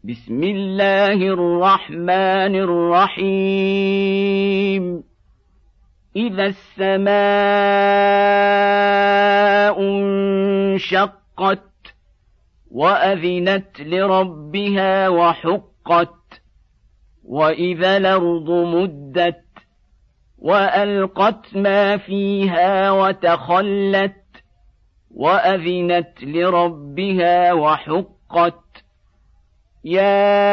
بسم الله الرحمن الرحيم إذا السماء انشقت وأذنت لربها وحقت وإذا الأرض مدت وألقت ما فيها وتخلت وأذنت لربها وحقت يا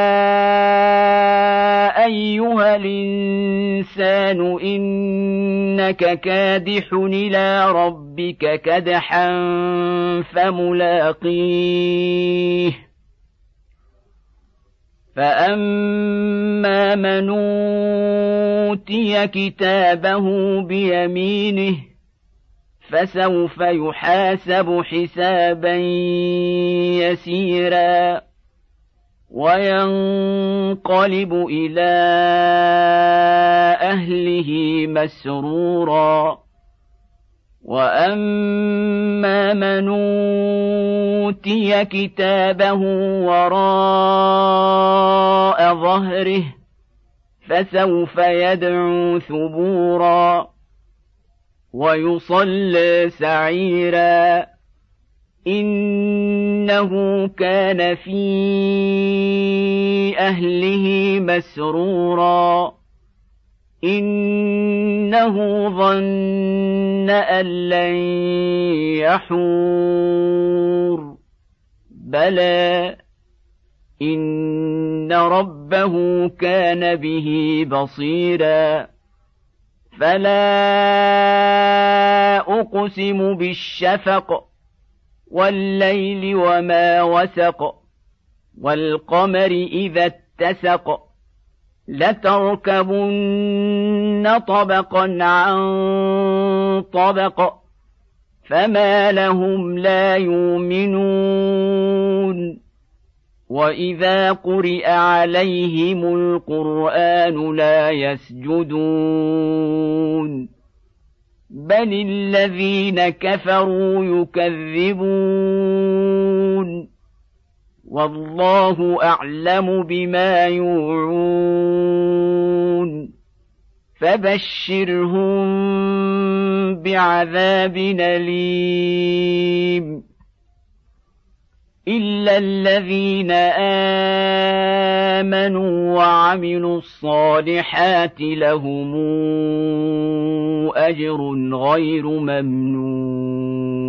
أيها الإنسان إنك كادح إلى ربك كدحا فملاقيه فأما من أوتي كتابه بيمينه فسوف يحاسب حسابا يسيرا وينقلب إلى أهله مسرورا وأما من أوتي كتابه وراء ظهره فسوف يدعو ثبورا ويصلى سعيرا إنه كان في أهله مسرورا إنه ظن أن لن يحور بلى إن ربه كان به بصيرا فلا أقسم بالشفق والليل وما وسق والقمر إذا اتسق لتركبن طبقا عن طبق فما لهم لا يؤمنون وإذا قرئ عليهم القرآن لا يسجدون بل الذين كفروا يكذبون والله أعلم بما يوعون فبشرهم بعذاب أليم إلا الذين آمنوا وعملوا الصالحات لهم أجر غير ممنون